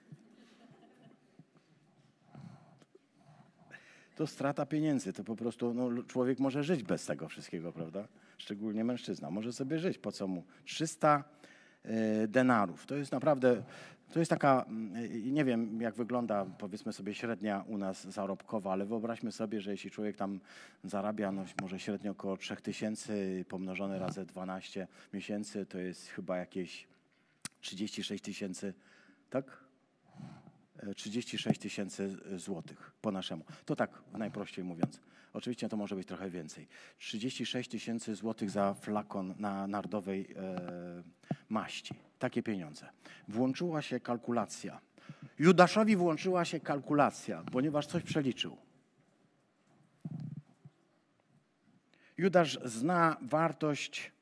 To strata pieniędzy, to po prostu człowiek może żyć bez tego wszystkiego, prawda? Szczególnie mężczyzna. Może sobie żyć, po co mu? 300 denarów. To jest naprawdę, to jest taka, nie wiem jak wygląda, powiedzmy sobie, średnia u nas zarobkowa, ale wyobraźmy sobie, że jeśli człowiek tam zarabia może średnio około 3000 pomnożone razy 12 miesięcy, to jest chyba jakieś 36 000, tak? 36 000 złotych po naszemu. To tak najprościej mówiąc. Oczywiście to może być trochę więcej. 36 000 złotych za flakon na nardowej maści. Takie pieniądze. Włączyła się kalkulacja. Judaszowi włączyła się kalkulacja, ponieważ coś przeliczył. Judasz zna wartość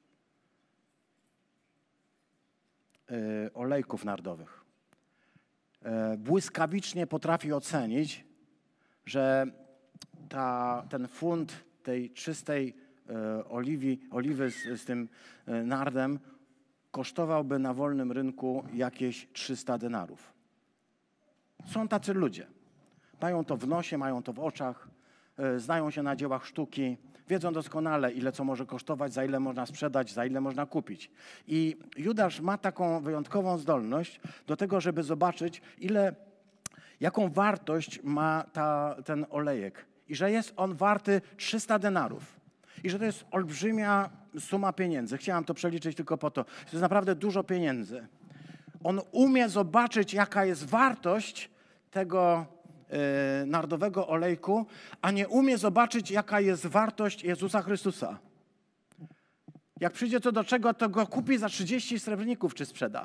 olejków nardowych. Błyskawicznie potrafi ocenić, że ten funt tej czystej oliwy z tym nardem kosztowałby na wolnym rynku jakieś 300 denarów. Są tacy ludzie. Mają to w nosie, mają to w oczach, znają się na dziełach sztuki, wiedzą doskonale, ile co może kosztować, za ile można sprzedać, za ile można kupić. I Judasz ma taką wyjątkową zdolność do tego, żeby zobaczyć, jaką wartość ma ten olejek. I że jest on warty 300 denarów. I że to jest olbrzymia suma pieniędzy. Chciałam to przeliczyć tylko po to. To jest naprawdę dużo pieniędzy. On umie zobaczyć, jaka jest wartość tego nardowego olejku, a nie umie zobaczyć, jaka jest wartość Jezusa Chrystusa. Jak przyjdzie co do czego, to go kupi za 30 srebrników czy sprzeda.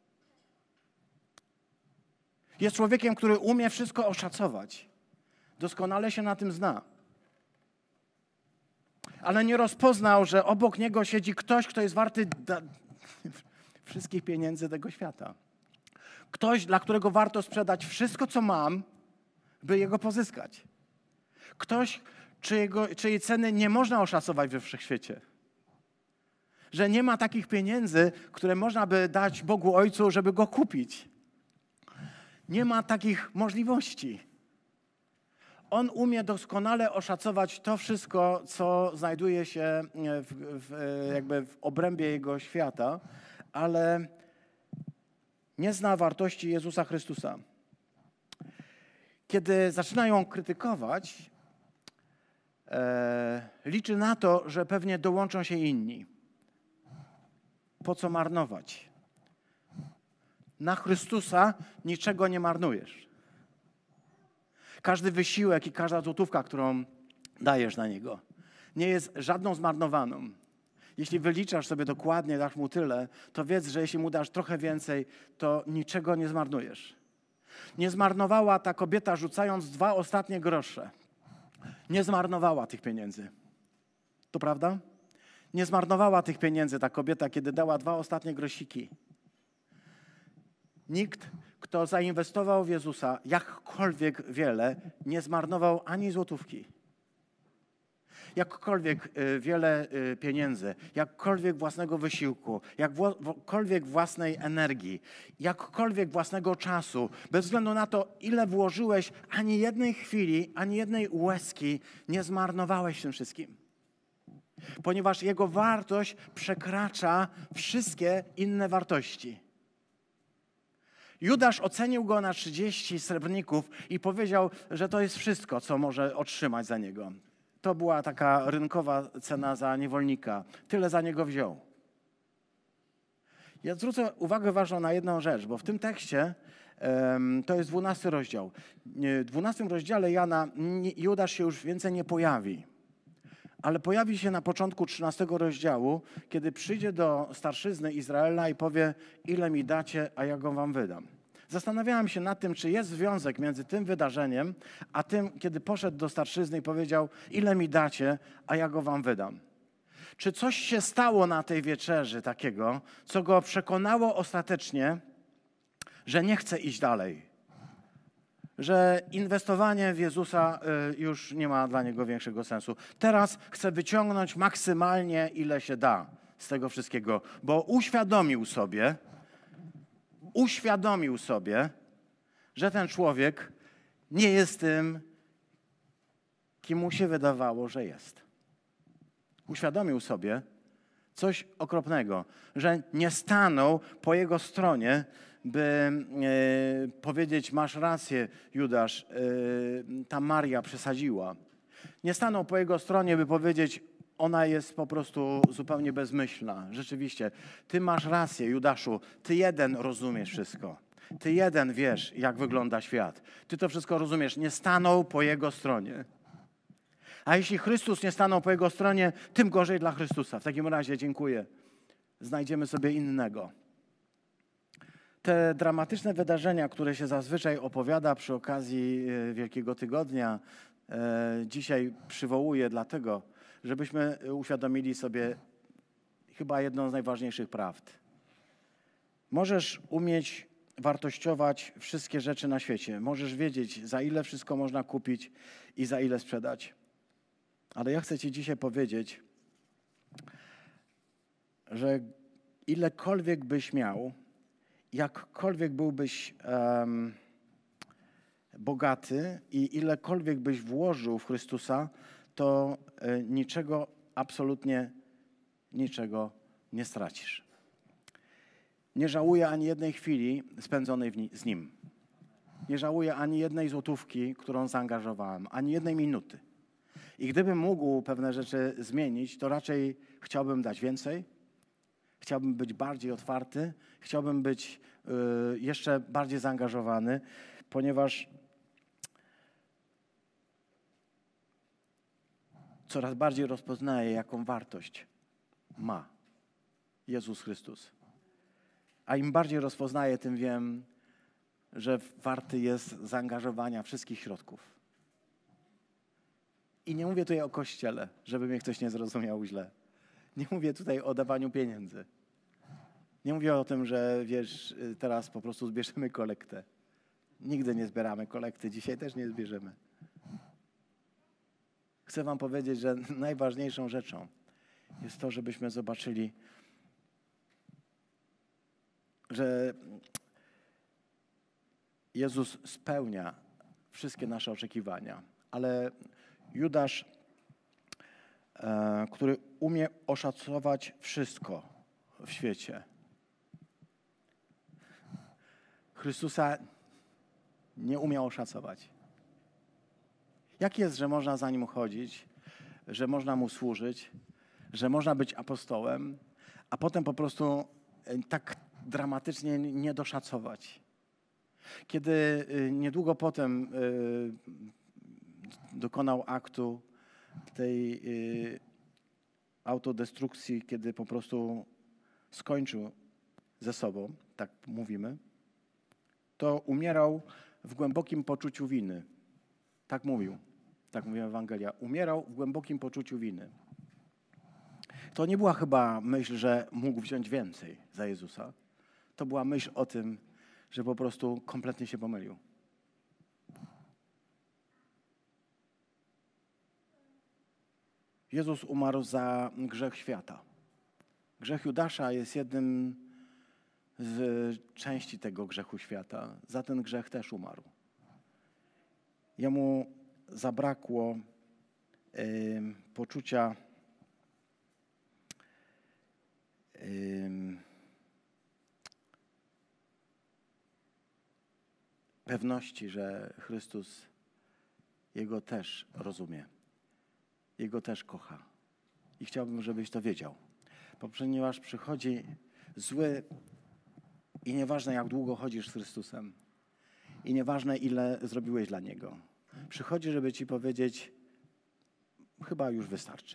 Jest człowiekiem, który umie wszystko oszacować. Doskonale się na tym zna. Ale nie rozpoznał, że obok niego siedzi ktoś, kto jest warty wszystkich pieniędzy tego świata. Ktoś, dla którego warto sprzedać wszystko, co mam, by jego pozyskać. Ktoś, czyjej ceny nie można oszacować we wszechświecie. Że nie ma takich pieniędzy, które można by dać Bogu Ojcu, żeby go kupić. Nie ma takich możliwości. On umie doskonale oszacować to wszystko, co znajduje się jakby w obrębie Jego świata, ale nie zna wartości Jezusa Chrystusa. Kiedy zaczyna ją krytykować, liczy na to, że pewnie dołączą się inni. Po co marnować? Na Chrystusa niczego nie marnujesz. Każdy wysiłek i każda złotówka, którą dajesz na Niego, nie jest żadną zmarnowaną. Jeśli wyliczasz sobie dokładnie, dasz Mu tyle, to wiedz, że jeśli Mu dasz trochę więcej, to niczego nie zmarnujesz. Nie zmarnowała ta kobieta, rzucając 2 ostatnie grosze. Nie zmarnowała tych pieniędzy. To prawda? Nie zmarnowała tych pieniędzy ta kobieta, kiedy dała 2 ostatnie grosiki. Nikt, kto zainwestował w Jezusa jakkolwiek wiele, nie zmarnował ani złotówki. Jakkolwiek wiele pieniędzy, jakkolwiek własnego wysiłku, jakkolwiek własnej energii, jakkolwiek własnego czasu, bez względu na to, ile włożyłeś, ani jednej chwili, ani jednej łezki nie zmarnowałeś tym wszystkim. Ponieważ jego wartość przekracza wszystkie inne wartości. Judasz ocenił go na 30 srebrników i powiedział, że to jest wszystko, co może otrzymać za niego. To była taka rynkowa cena za niewolnika. Tyle za niego wziął. Ja zwrócę uwagę waszą na jedną rzecz, bo w tym tekście to jest 12 rozdział. W 12 rozdziale Jana Judasz się już więcej nie pojawi. Ale pojawi się na początku 13 rozdziału, kiedy przyjdzie do starszyzny Izraela i powie, ile mi dacie, a ja go wam wydam. Zastanawiałem się nad tym, czy jest związek między tym wydarzeniem, a tym, kiedy poszedł do starszyzny i powiedział, ile mi dacie, a ja go wam wydam. Czy coś się stało na tej wieczerzy takiego, co go przekonało ostatecznie, że nie chce iść dalej? Że inwestowanie w Jezusa już nie ma dla niego większego sensu. Teraz chce wyciągnąć maksymalnie, ile się da z tego wszystkiego, bo uświadomił sobie, że ten człowiek nie jest tym, kim mu się wydawało, że jest. Uświadomił sobie coś okropnego, że nie stanął po jego stronie, by powiedzieć, masz rację, Judasz, ta Maria przesadziła. Nie stanął po jego stronie, by powiedzieć, ona jest po prostu zupełnie bezmyślna. Rzeczywiście, ty masz rację, Judaszu, ty jeden rozumiesz wszystko. Ty jeden wiesz, jak wygląda świat. Ty to wszystko rozumiesz. Nie stanął po jego stronie. A jeśli Chrystus nie stanął po jego stronie, tym gorzej dla Chrystusa. W takim razie dziękuję. Znajdziemy sobie innego. Te dramatyczne wydarzenia, które się zazwyczaj opowiada przy okazji Wielkiego Tygodnia, dzisiaj przywołuję dlatego, żebyśmy uświadomili sobie chyba jedną z najważniejszych prawd. Możesz umieć wartościować wszystkie rzeczy na świecie. Możesz wiedzieć, za ile wszystko można kupić i za ile sprzedać. Ale ja chcę ci dzisiaj powiedzieć, że ilekolwiek byś miał, jakkolwiek byłbyś bogaty i ilekolwiek byś włożył w Chrystusa, to niczego, absolutnie niczego nie stracisz. Nie żałuję ani jednej chwili spędzonej z Nim. Nie żałuję ani jednej złotówki, którą zaangażowałem, ani jednej minuty. I gdybym mógł pewne rzeczy zmienić, to raczej chciałbym dać więcej, chciałbym być bardziej otwarty, chciałbym być jeszcze bardziej zaangażowany, ponieważ coraz bardziej rozpoznaję, jaką wartość ma Jezus Chrystus. A im bardziej rozpoznaję, tym wiem, że warty jest zaangażowania wszystkich środków. I nie mówię tutaj o Kościele, żeby mnie ktoś nie zrozumiał źle. Nie mówię tutaj o dawaniu pieniędzy. Nie mówię o tym, że wiesz, teraz po prostu zbierzemy kolektę. Nigdy nie zbieramy kolekty, dzisiaj też nie zbierzemy. Chcę wam powiedzieć, że najważniejszą rzeczą jest to, żebyśmy zobaczyli, że Jezus spełnia wszystkie nasze oczekiwania, ale Judasz, który umie oszacować wszystko w świecie, Chrystusa nie umiał oszacować. Jak jest, że można za Nim chodzić, że można Mu służyć, że można być apostołem, a potem po prostu tak dramatycznie nie doszacować? Kiedy niedługo potem dokonał aktu tej autodestrukcji, kiedy po prostu skończył ze sobą, tak mówimy, to umierał w głębokim poczuciu winy. Tak mówił. Tak mówi Ewangelia. Umierał w głębokim poczuciu winy. To nie była chyba myśl, że mógł wziąć więcej za Jezusa. To była myśl o tym, że po prostu kompletnie się pomylił. Jezus umarł za grzech świata. Grzech Judasza jest jednym z części tego grzechu świata. Za ten grzech też umarł. Jemu zabrakło poczucia pewności, że Chrystus Jego też rozumie. Jego też kocha. I chciałbym, żebyś to wiedział. Ponieważ przychodzi zły i nieważne, jak długo chodzisz z Chrystusem i nieważne, ile zrobiłeś dla Niego. Przychodzi, żeby ci powiedzieć, chyba już wystarczy.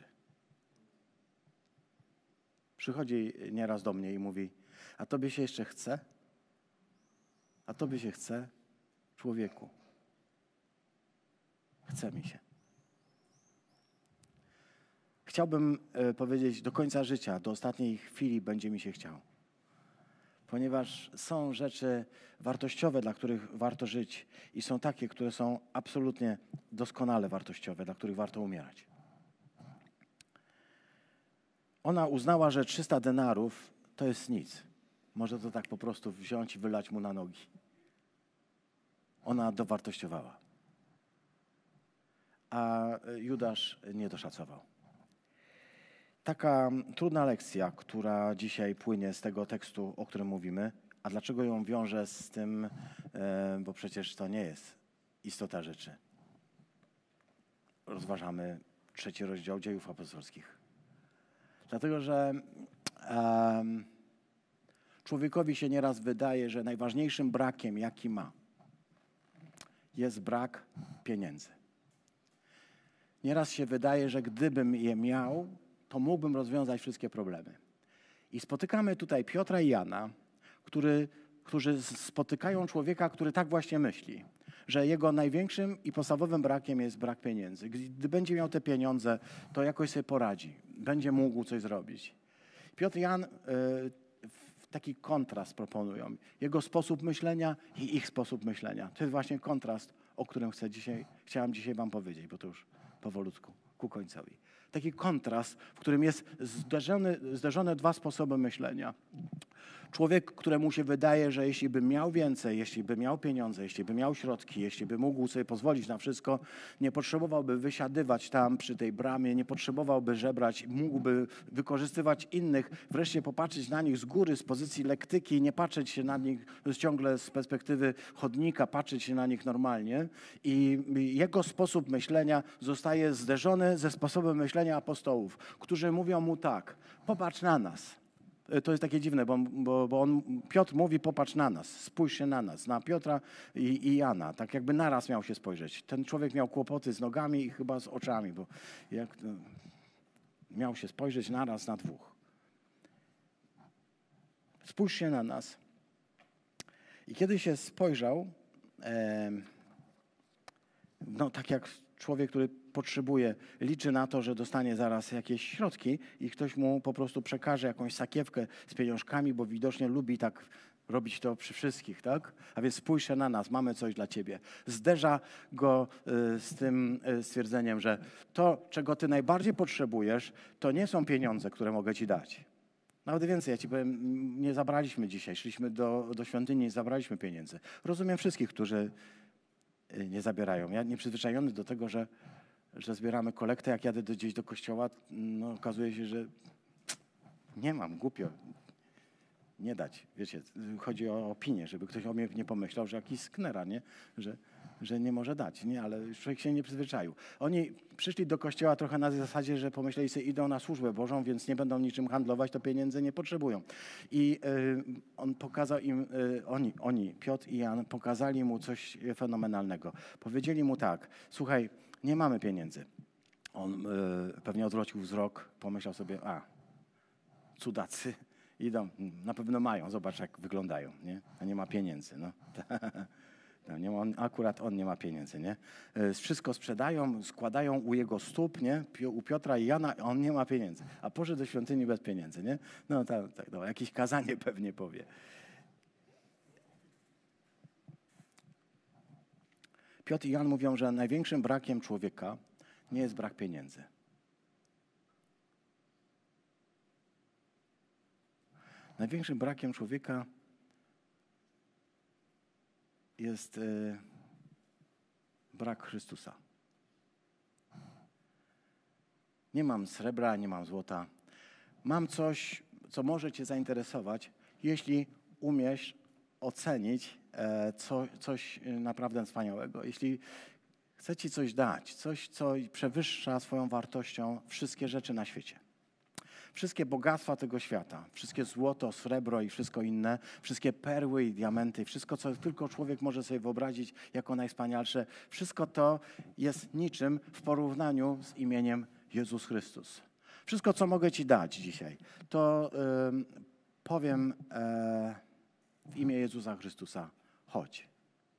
Przychodzi nieraz do mnie i mówi, a tobie się jeszcze chce? A tobie się chce? Człowieku. Chce mi się. Chciałbym powiedzieć, do końca życia, do ostatniej chwili będzie mi się chciał. Ponieważ są rzeczy wartościowe, dla których warto żyć i są takie, które są absolutnie doskonale wartościowe, dla których warto umierać. Ona uznała, że 300 denarów to jest nic. Może to tak po prostu wziąć i wylać mu na nogi. Ona dowartościowała. A Judasz nie doszacował. Taka trudna lekcja, która dzisiaj płynie z tego tekstu, o którym mówimy. A dlaczego ją wiążę z tym? Bo przecież to nie jest istota rzeczy. Rozważamy 3 rozdział Dziejów Apostolskich. Dlatego, że człowiekowi się nieraz wydaje, że najważniejszym brakiem, jaki ma, jest brak pieniędzy. Nieraz się wydaje, że gdybym je miał, to mógłbym rozwiązać wszystkie problemy. I spotykamy tutaj Piotra i Jana, którzy spotykają człowieka, który tak właśnie myśli, że jego największym i podstawowym brakiem jest brak pieniędzy. Gdy będzie miał te pieniądze, to jakoś sobie poradzi, będzie mógł coś zrobić. Piotr i Jan taki kontrast proponują. Jego sposób myślenia i ich sposób myślenia. To jest właśnie kontrast, o którym chciałem dzisiaj wam powiedzieć, bo to już powolutku, ku końcowi. Taki kontrast, w którym jest zderzone 2 sposoby myślenia. Człowiek, któremu się wydaje, że jeśli by miał więcej, jeśli by miał pieniądze, jeśli by miał środki, jeśli by mógł sobie pozwolić na wszystko, nie potrzebowałby wysiadywać tam przy tej bramie, nie potrzebowałby żebrać, mógłby wykorzystywać innych, wreszcie popatrzeć na nich z góry, z pozycji lektyki, nie patrzeć się na nich ciągle z perspektywy chodnika, patrzeć się na nich normalnie. I jego sposób myślenia zostaje zderzony ze sposobem myślenia apostołów, którzy mówią mu tak, popatrz na nas. To jest takie dziwne, bo Piotr mówi, popatrz na nas, spójrz się na nas, na Piotra i Jana. Tak jakby naraz miał się spojrzeć. Ten człowiek miał kłopoty z nogami i chyba z oczami, bo miał się spojrzeć naraz na dwóch. Spójrz się na nas. I kiedy się spojrzał, tak jak człowiek, który potrzebuje, liczy na to, że dostanie zaraz jakieś środki i ktoś mu po prostu przekaże jakąś sakiewkę z pieniążkami, bo widocznie lubi tak robić to przy wszystkich, tak? A więc spójrz się na nas, mamy coś dla ciebie. Zderza go z tym stwierdzeniem, że to, czego ty najbardziej potrzebujesz, to nie są pieniądze, które mogę ci dać. Nawet więcej, ja ci powiem, nie zabraliśmy dzisiaj, szliśmy do świątyni, nie zabraliśmy pieniędzy. Rozumiem wszystkich, którzy nie zabierają. Ja nieprzyzwyczajony do tego, że zbieramy kolektę, jak jadę gdzieś do kościoła, okazuje się, że nie mam, głupio. Nie dać, wiecie, chodzi o opinię, żeby ktoś o mnie nie pomyślał, że jakiś sknera, nie? Że nie może dać, nie? Ale człowiek się nie przyzwyczaił. Oni przyszli do kościoła trochę na zasadzie, że pomyśleli sobie, idą na służbę Bożą, więc nie będą niczym handlować, to pieniędzy nie potrzebują. I on pokazał im, Piotr i Jan, pokazali mu coś fenomenalnego. Powiedzieli mu tak, słuchaj, nie mamy pieniędzy. On pewnie odwrócił wzrok, pomyślał sobie, cudacy. Idą, na pewno mają, zobacz jak wyglądają, nie? A nie ma pieniędzy, no. Akurat on nie ma pieniędzy, nie? Wszystko sprzedają, składają u jego stóp, nie? U Piotra i Jana, on nie ma pieniędzy. A poszedł do świątyni bez pieniędzy, nie? No tak, jakieś kazanie pewnie powie. Piotr i Jan mówią, że największym brakiem człowieka nie jest brak pieniędzy. Największym brakiem człowieka jest brak Chrystusa. Nie mam srebra, nie mam złota. Mam coś, co może cię zainteresować, jeśli umiesz ocenić coś naprawdę wspaniałego. Jeśli chcę ci coś dać, coś, co przewyższa swoją wartością wszystkie rzeczy na świecie. Wszystkie bogactwa tego świata, wszystkie złoto, srebro i wszystko inne, wszystkie perły i diamenty, wszystko, co tylko człowiek może sobie wyobrazić jako najwspanialsze, wszystko to jest niczym w porównaniu z imieniem Jezus Chrystus. Wszystko, co mogę ci dać dzisiaj, to powiem w imię Jezusa Chrystusa, chodź.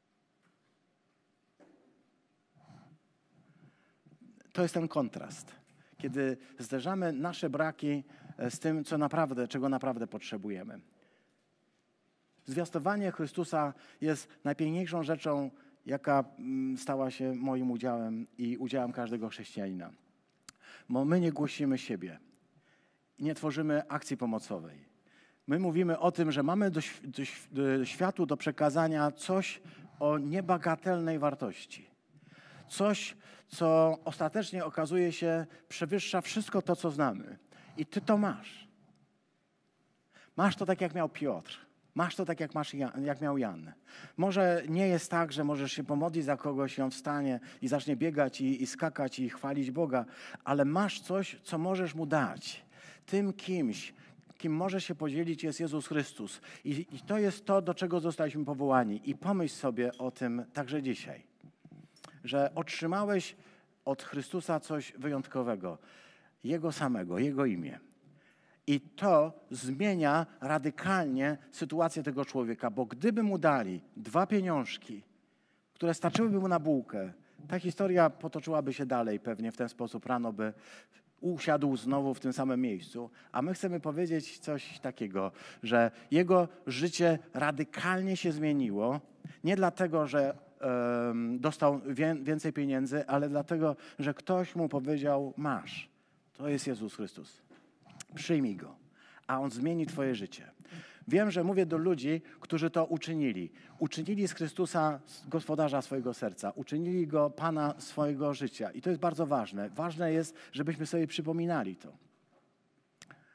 To jest ten kontrast. Kiedy zderzamy nasze braki z tym, czego naprawdę potrzebujemy. Zwiastowanie Chrystusa jest najpiękniejszą rzeczą, jaka stała się moim udziałem i udziałem każdego chrześcijanina. Bo my nie głosimy siebie, nie tworzymy akcji pomocowej. My mówimy o tym, że mamy światu do przekazania coś o niebagatelnej wartości. Coś, co ostatecznie okazuje się przewyższa wszystko to, co znamy. I ty to masz. Masz to tak, jak miał Piotr. Masz to tak, jak miał Jan. Może nie jest tak, że możesz się pomodlić za kogoś i on wstanie i zacznie biegać i skakać i chwalić Boga, ale masz coś, co możesz mu dać. Tym kimś, kim może się podzielić, jest Jezus Chrystus. I to jest to, do czego zostaliśmy powołani. I pomyśl sobie o tym także dzisiaj, że otrzymałeś od Chrystusa coś wyjątkowego. Jego samego, Jego imię. I to zmienia radykalnie sytuację tego człowieka, bo gdyby mu dali 2 pieniążki, które starczyłyby mu na bułkę, ta historia potoczyłaby się dalej pewnie w ten sposób. Rano by usiadł znowu w tym samym miejscu. A my chcemy powiedzieć coś takiego, że jego życie radykalnie się zmieniło. Nie dlatego, że dostał więcej pieniędzy, ale dlatego, że ktoś mu powiedział, masz. To jest Jezus Chrystus. Przyjmij Go, a On zmieni twoje życie. Wiem, że mówię do ludzi, którzy to uczynili. Uczynili z Chrystusa gospodarza swojego serca. Uczynili Go Pana swojego życia. I to jest bardzo ważne. Ważne jest, żebyśmy sobie przypominali to.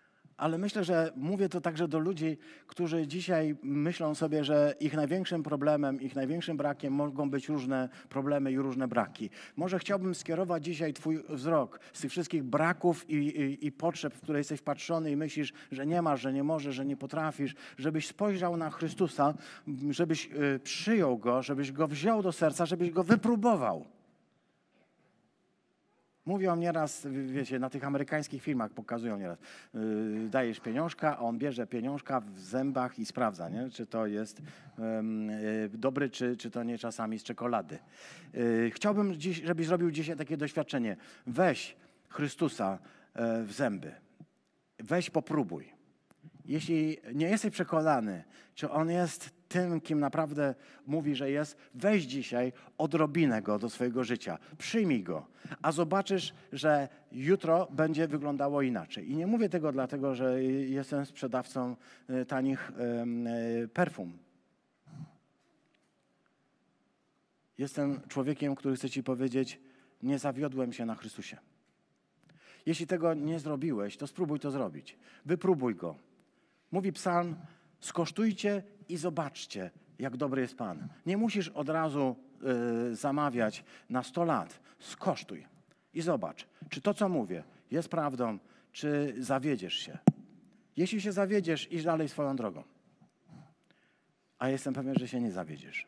Ale myślę, że mówię to także do ludzi, którzy dzisiaj myślą sobie, że ich największym problemem, ich największym brakiem mogą być różne problemy i różne braki. Może chciałbym skierować dzisiaj twój wzrok z tych wszystkich braków i potrzeb, w które jesteś wpatrzony i myślisz, że nie masz, że nie możesz, że nie potrafisz, żebyś spojrzał na Chrystusa, żebyś przyjął Go, żebyś Go wziął do serca, żebyś Go wypróbował. Mówią nieraz, wiecie, na tych amerykańskich filmach pokazują nieraz, dajesz pieniążka, a on bierze pieniążka w zębach i sprawdza, nie? Czy to jest dobry, czy to nie czasami z czekolady. Chciałbym, żebyś zrobił dzisiaj takie doświadczenie. Weź Chrystusa w zęby. Weź popróbuj. Jeśli nie jesteś przekonany, czy On jest tym, kim naprawdę mówi, że jest, weź dzisiaj odrobinę Go do swojego życia. Przyjmij Go, a zobaczysz, że jutro będzie wyglądało inaczej. I nie mówię tego dlatego, że jestem sprzedawcą tanich perfum. Jestem człowiekiem, który chce ci powiedzieć, nie zawiodłem się na Chrystusie. Jeśli tego nie zrobiłeś, to spróbuj to zrobić. Wypróbuj Go. Mówi psalm, skosztujcie i zobaczcie, jak dobry jest Pan. Nie musisz od razu zamawiać na 100 lat. Skosztuj i zobacz, czy to, co mówię, jest prawdą, czy zawiedziesz się. Jeśli się zawiedziesz, idź dalej swoją drogą. A jestem pewien, że się nie zawiedziesz.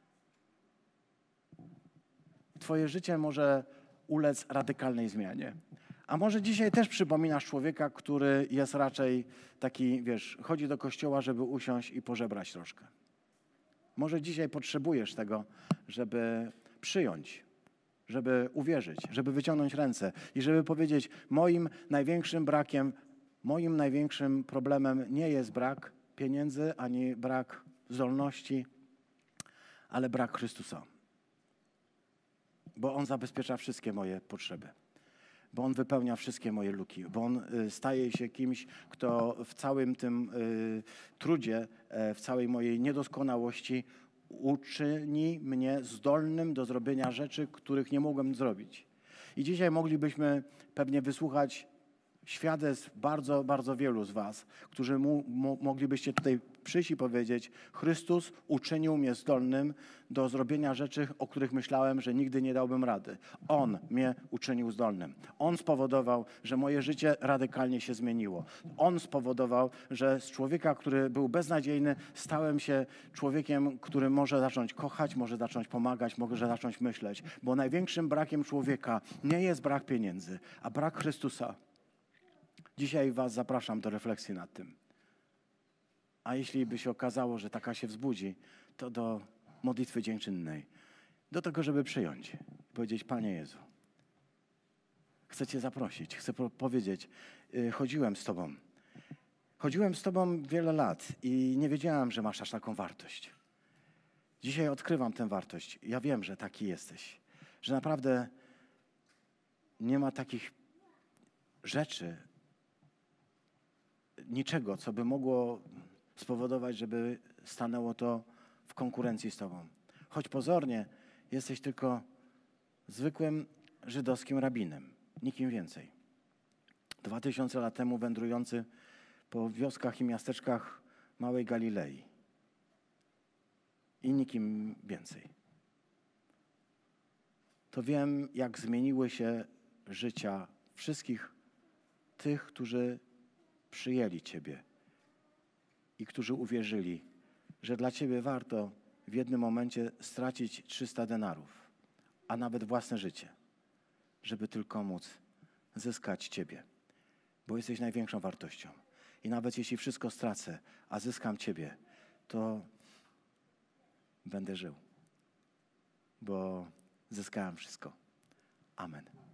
Twoje życie może ulec radykalnej zmianie. A może dzisiaj też przypominasz człowieka, który jest raczej taki, wiesz, chodzi do kościoła, żeby usiąść i pożebrać troszkę. Może dzisiaj potrzebujesz tego, żeby przyjąć, żeby uwierzyć, żeby wyciągnąć ręce i żeby powiedzieć, moim największym brakiem, moim największym problemem nie jest brak pieniędzy, ani brak zdolności, ale brak Chrystusa. Bo On zabezpiecza wszystkie moje potrzeby. Bo On wypełnia wszystkie moje luki, bo On staje się kimś, kto w całym tym trudzie, w całej mojej niedoskonałości uczyni mnie zdolnym do zrobienia rzeczy, których nie mogłem zrobić. I dzisiaj moglibyśmy pewnie wysłuchać świadectw bardzo, bardzo wielu z was, którzy moglibyście tutaj przyjść i powiedzieć, Chrystus uczynił mnie zdolnym do zrobienia rzeczy, o których myślałem, że nigdy nie dałbym rady. On mnie uczynił zdolnym. On spowodował, że moje życie radykalnie się zmieniło. On spowodował, że z człowieka, który był beznadziejny, stałem się człowiekiem, który może zacząć kochać, może zacząć pomagać, może zacząć myśleć. Bo największym brakiem człowieka nie jest brak pieniędzy, a brak Chrystusa. Dzisiaj was zapraszam do refleksji nad tym. A jeśli by się okazało, że taka się wzbudzi, to do modlitwy dziękczynnej. Do tego, żeby przyjąć. Powiedzieć, Panie Jezu, chcę Cię zaprosić, chcę powiedzieć, chodziłem z Tobą. Chodziłem z Tobą wiele lat i nie wiedziałem, że masz aż taką wartość. Dzisiaj odkrywam tę wartość. Ja wiem, że taki jesteś. Że naprawdę nie ma takich rzeczy, niczego, co by mogło spowodować, żeby stanęło to w konkurencji z Tobą. Choć pozornie jesteś tylko zwykłym żydowskim rabinem, nikim więcej. 2000 lat temu wędrujący po wioskach i miasteczkach małej Galilei. I nikim więcej. To wiem, jak zmieniły się życia wszystkich tych, którzy przyjęli Ciebie i którzy uwierzyli, że dla Ciebie warto w jednym momencie stracić 300 denarów, a nawet własne życie, żeby tylko móc zyskać Ciebie, bo jesteś największą wartością. I nawet jeśli wszystko stracę, a zyskam Ciebie, to będę żył, bo zyskałem wszystko. Amen.